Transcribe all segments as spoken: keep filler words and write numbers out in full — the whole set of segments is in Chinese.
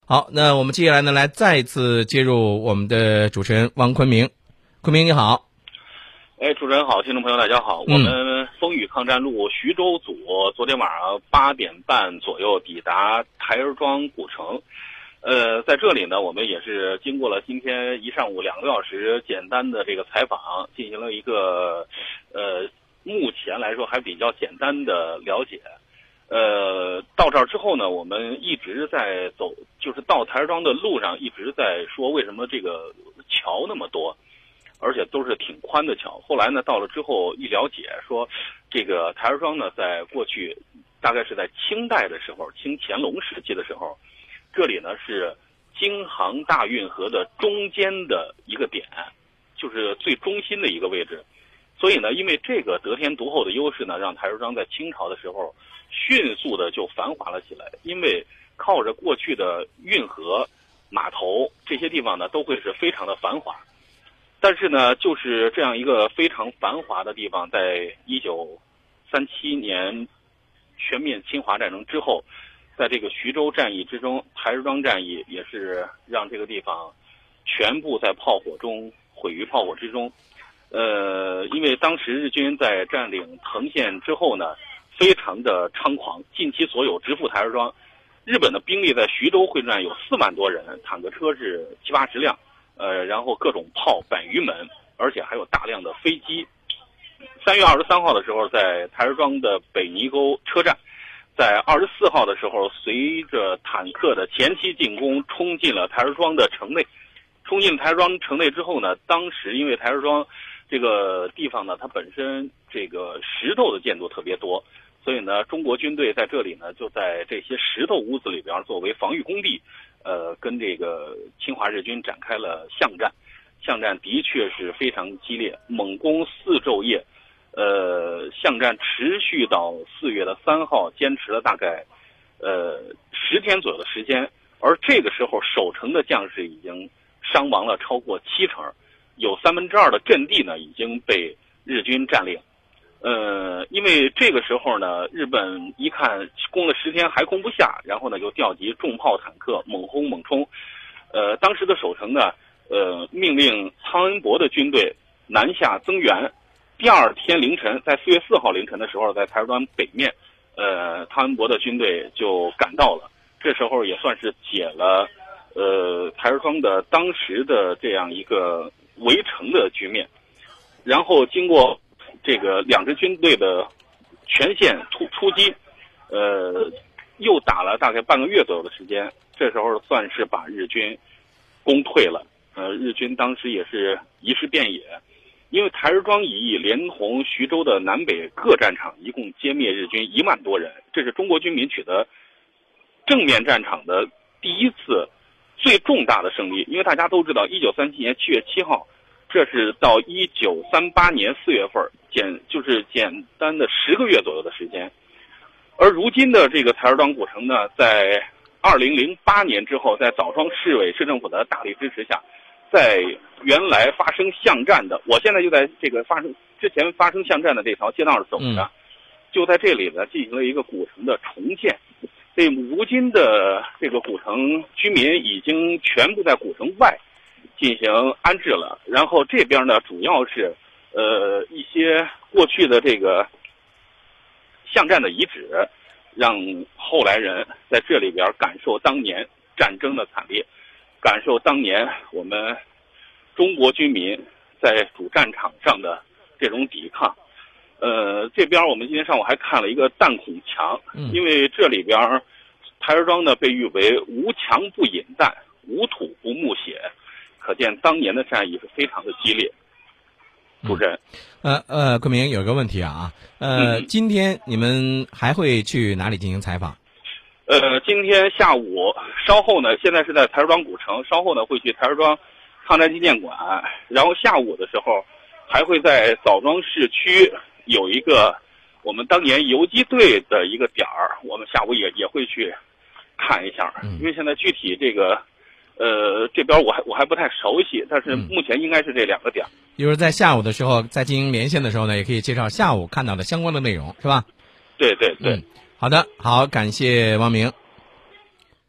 好，那我们接下来呢，来再次接入我们的主持人汪坤明。坤明你好。 哎，主持人好，听众朋友大家好。嗯、我们风雨抗战路徐州组昨天晚上八点半左右抵达台儿庄古城。呃，在这里呢，我们也是经过了今天一上午两个小时简单的这个采访，进行了一个呃，目前来说还比较简单的了解。呃，到这儿之后呢，我们一直在走，就是到台儿庄的路上一直在说为什么这个桥那么多。而且都是挺宽的桥。后来呢，到了之后一了解，说这个台儿庄呢，在过去大概是在清代的时候，清乾隆时期的时候，这里呢是京杭大运河的中间的一个点，就是最中心的一个位置。所以呢，因为这个得天独厚的优势呢，让台儿庄在清朝的时候迅速的就繁华了起来。因为靠着过去的运河、码头这些地方呢，都会是非常的繁华。但是呢，就是这样一个非常繁华的地方，在一九三七年全面侵华战争之后，在这个徐州战役之中，台儿庄战役也是让这个地方全部在炮火中毁于炮火之中。呃，因为当时日军在占领藤县之后呢，非常的猖狂，尽其所有直赴台儿庄。日本的兵力在徐州会战有四万多人，坦克车是七八十辆。呃，然后各种炮百余门，而且还有大量的飞机。三月二十三号的时候，在台儿庄的北泥沟车站，在二十四号的时候，随着坦克的前期进攻，冲进了台儿庄的城内。冲进台儿庄城内之后呢，当时因为台儿庄这个地方呢，它本身这个石头的建筑特别多，所以呢，中国军队在这里呢，就在这些石头屋子里边作为防御工地。呃，跟这个侵华日军展开了巷战，巷战的确是非常激烈，猛攻四昼夜，呃，巷战持续到四月的三号，坚持了大概呃十天左右的时间。而这个时候，守城的将士已经伤亡了超过七成，有三分之二的阵地呢已经被日军占领。呃，因为这个时候呢，日本一看攻了十天还攻不下，然后呢就调集重炮坦克猛轰猛冲。呃，当时的守城呢，呃，命令汤恩伯的军队南下增援。第二天凌晨，在四月四号凌晨的时候，在台儿庄北面，呃，汤恩伯的军队就赶到了。这时候也算是解了呃台儿庄的当时的这样一个围城的局面。然后经过这个两支军队的全线突出击，呃，又打了大概半个月左右的时间，这时候算是把日军攻退了。呃，日军当时也是移师遍野，因为台儿庄一役连同徐州的南北各战场，一共歼灭日军一万多人，这是中国军民取得正面战场的第一次最重大的胜利。因为大家都知道，一九三七年七月七号。这是到一九三八年四月份，简就是简单的十个月左右的时间。而如今的这个台儿庄古城呢，在二零零八年之后，在枣庄市委市政府的大力支持下，在原来发生巷战的，我现在就在这个发生之前发生巷战的这条街道上走着，嗯、就在这里呢进行了一个古城的重建。所以如今的这个古城居民已经全部在古城外进行安置了，然后这边呢，主要是呃一些过去的这个巷战的遗址，让后来人在这里边感受当年战争的惨烈，感受当年我们中国军民在主战场上的这种抵抗。呃，这边我们今天上午还看了一个弹孔墙，因为这里边台儿庄呢被誉为无墙不饮弹，无土不沐血。可见当年的战役是非常的激烈。主持人， 呃呃，昆明有一个问题啊，呃、嗯，今天你们还会去哪里进行采访？ 呃，今天下午稍后呢，现在是在台儿庄古城，稍后呢会去台儿庄抗战纪念馆，然后下午的时候还会在枣庄市区有一个我们当年游击队的一个点儿，我们下午也也会去看一下，因为现在具体这个。呃，这边我还我还不太熟悉，但是目前应该是这两个点。 一会儿在下午的时候，在进行连线的时候呢，也可以介绍下午看到的相关的内容，是吧？ 对对对。 嗯，好的，好，感谢汪明。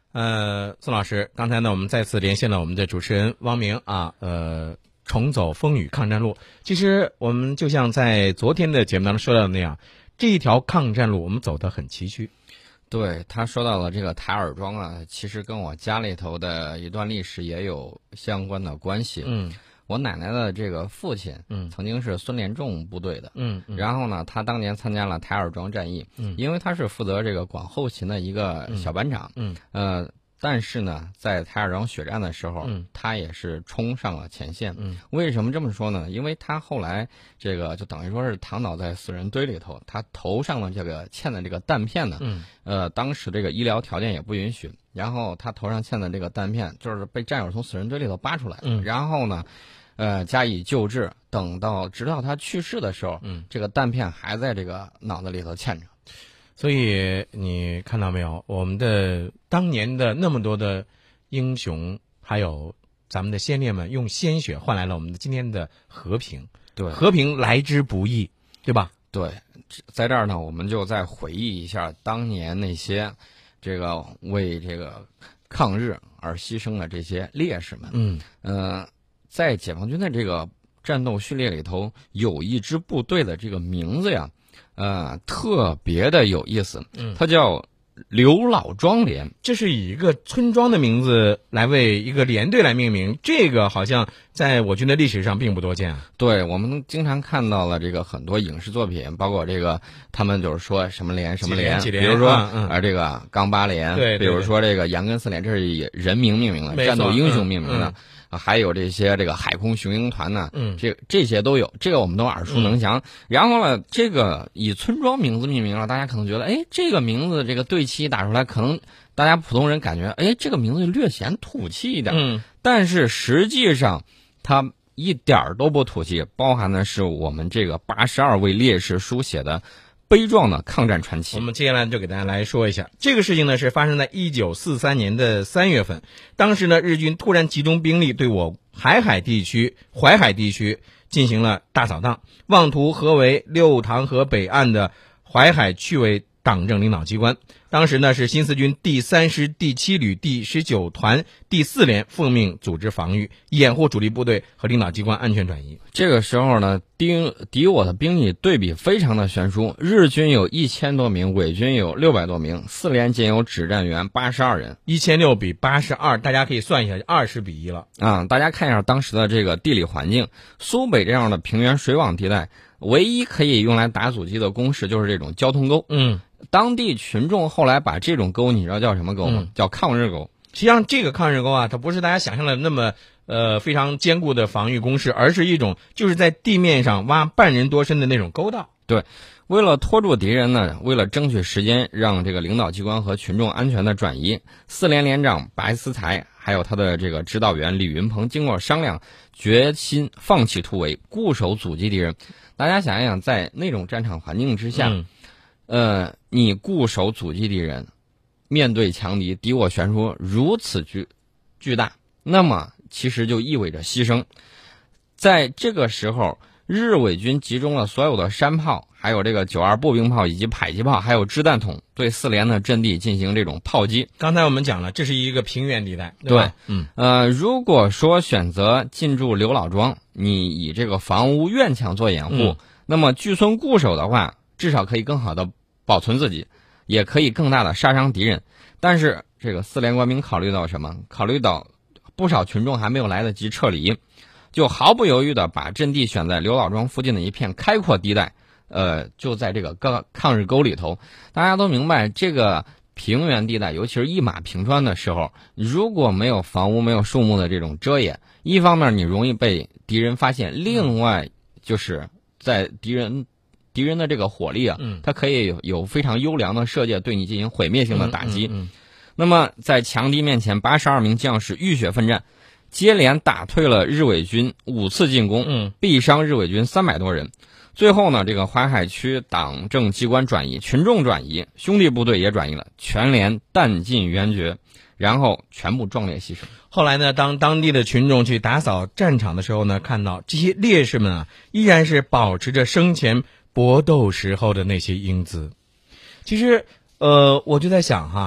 呃，宋老师，刚才呢，我们再次连线了我们的主持人汪明啊，呃，重走风雨抗战路。其实我们就像在昨天的节目当中说到的那样，这一条抗战路我们走得很崎岖。 对，他说到了这个台儿庄啊，其实跟我家里头的一段历史也有相关的关系。 嗯， 我奶奶的这个父亲， 嗯， 曾经是孙连仲部队的， 嗯，嗯然后呢，他当年参加了台儿庄战役， 嗯， 因为他是负责这个管后勤的一个小班长， 嗯， 呃，但是呢，在台儿庄血战的时候， 嗯， 他也是冲上了前线。 嗯， 为什么这么说呢？因为他后来这个就等于说是躺倒在死人堆里头，他头上的这个嵌的这个弹片呢， 嗯， 呃，当时这个医疗条件也不允许，然后他头上嵌的这个弹片就是被战友从死人堆里头扒出来， 嗯， 然后呢，呃，加以救治，等到直到他去世的时候， 嗯， 这个弹片还在这个脑子里头嵌着。 所以你看到没有，我们的当年的那么多的英雄，还有咱们的先烈们，用鲜血换来了我们的今天的和平。 对， 和平来之不易，对吧？ 对，在这儿呢，我们就再回忆一下当年那些这个为这个抗日而牺牲的这些烈士们。 嗯， 呃，在解放军的这个战斗序列里头，有一支部队的这个名字呀，呃，特别的有意思。 嗯， 它叫刘老庄连。 这是以一个村庄的名字来为一个连队来命名，这个好像在我军的历史上并不多见啊。 对，我们经常看到了这个很多影视作品，包括这个他们就是说什么连什么连， 几连比如说啊、嗯呃这个钢八连， 对， 比如说这个杨根四连，这是以人名命名的，战斗英雄命名的。 嗯嗯啊，还有这些这个海空雄鹰团呢， 嗯， 这这些都有，这个我们都耳熟能详。嗯、然后呢，这个以村庄名字命名了，大家可能觉得，哎，这个名字这个对齐打出来，可能大家普通人感觉，哎，这个名字略显土气一点。 嗯， 但是实际上，它一点儿都不土气，包含的是我们这个八十二位烈士书写的悲壮的抗战传奇。 我们接下来就给大家来说一下这个事情呢，是发生在一九四三年的三月份。当时呢，日军突然集中兵力对我海海地区、淮海地区进行了大扫荡，妄图合围六塘河北岸的淮海区委党政领导机关。当时呢，是新四军第三师第七旅第十九团第四连奉命组织防御，掩护主力部队和领导机关安全转移。 这个时候呢，敌敌我的兵力对比非常的悬殊，日军有一千多名，伪军有六百多名，四连仅有指战员八十二人， 一千六比八十二，大家可以算一下，二十比一了啊！大家看一下当时的这个地理环境，苏北这样的平原水网地带，唯一可以用来打阻击的工事就是这种交通沟。 嗯。 当地群众后来把这种沟，你知道叫什么沟吗？ 嗯、 叫抗日沟。 实际上，这个抗日沟啊，它不是大家想象的那么呃非常坚固的防御工事，而是一种就是在地面上挖半人多深的那种沟道。 对，为了拖住敌人呢，为了争取时间，让这个领导机关和群众安全的转移，四连连长白思才还有他的这个指导员李云鹏经过商量，决心放弃突围，固守阻击敌人。大家想一想，在那种战场环境之下。 嗯呃，你固守阻击敌人，面对强敌，敌我悬殊如此巨巨大，那么其实就意味着牺牲。在这个时候，日伪军集中了所有的山炮，还有这个九二步兵炮以及迫击炮，还有掷弹筒，对四连的阵地进行这种炮击。 刚才我们讲了，这是一个平原地带，对吧？ 对， 嗯， 呃，如果说选择进驻刘老庄，你以这个房屋院墙做掩护， 嗯、 那么据村固守的话，至少可以更好的保存自己，也可以更大的杀伤敌人。但是这个四连官兵考虑到什么？考虑到不少群众还没有来得及撤离，就毫不犹豫的把阵地选在刘老庄附近的一片开阔地带，呃，就在这个抗抗日沟里头。大家都明白，这个平原地带，尤其是一马平川的时候，如果没有房屋、没有树木的这种遮掩，一方面你容易被敌人发现，另外就是在敌人。敌人的这个火力啊， 嗯， 它可以有有非常优良的射界对你进行毁灭性的打击。 嗯嗯嗯、 那么在强敌面前，八十二名将士浴血奋战，接连打退了日伪军五次进攻， 嗯， 毙伤日伪军三百多人。最后呢，这个淮海区党政机关转移，群众转移，兄弟部队也转移了，全连弹尽援绝，然后全部壮烈牺牲。 后来呢，当当地的群众去打扫战场的时候呢，看到这些烈士们啊，依然是保持着生前搏斗时候的那些英姿。其实，呃，我就在想哈，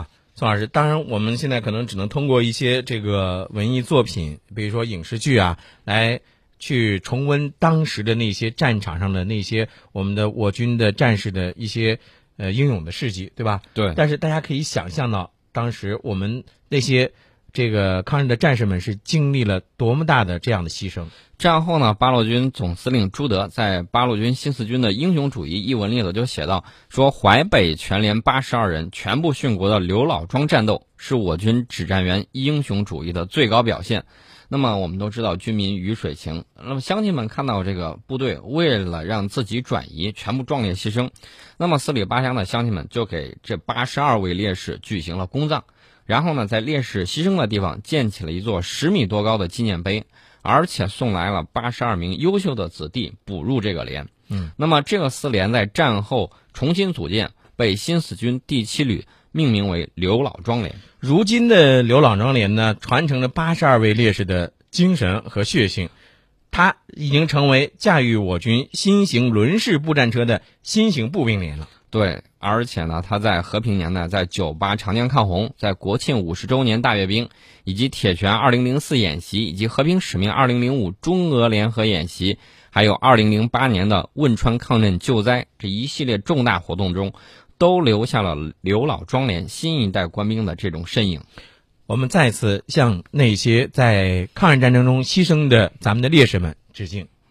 宋老师，当然我们现在可能只能通过一些这个文艺作品，比如说影视剧啊，来去重温当时的那些战场上的那些我们的我军的战士的一些呃英勇的事迹，对吧？ 对。 但是大家可以想象到，当时我们那些这个抗日的战士们是经历了多么大的这样的牺牲。 战后呢，八路军总司令朱德在《八路军新四军的英雄主义》一文里头就写到说，淮北全连八十二人全部殉国的刘老庄战斗是我军指战员英雄主义的最高表现。那么我们都知道军民鱼水情，那么乡亲们看到这个部队为了让自己转移，全部壮烈牺牲，那么四里八乡的乡亲们就给这八十二位烈士举行了公葬，然后呢，在烈士牺牲的地方建起了一座十米多高的纪念碑，而且送来了八十二名优秀的子弟补入这个连。 嗯， 那么这个四连在战后重新组建，被新四军第七旅命名为刘老庄连。 如今的刘老庄连呢，传承了八十二位烈士的精神和血性，它已经成为驾驭我军新型轮式步战车的新型步兵连了。 对，而且呢，他在和平年代，在九八长江抗洪，在国庆五十周年大阅兵，以及铁拳二零零四演习，以及和平使命二零零五中俄联合演习，还有二零零八年的汶川抗震救灾这一系列重大活动中，都留下了刘老庄连新一代官兵的这种身影。 我们再次向那些在抗日战争中牺牲的咱们的烈士们致敬。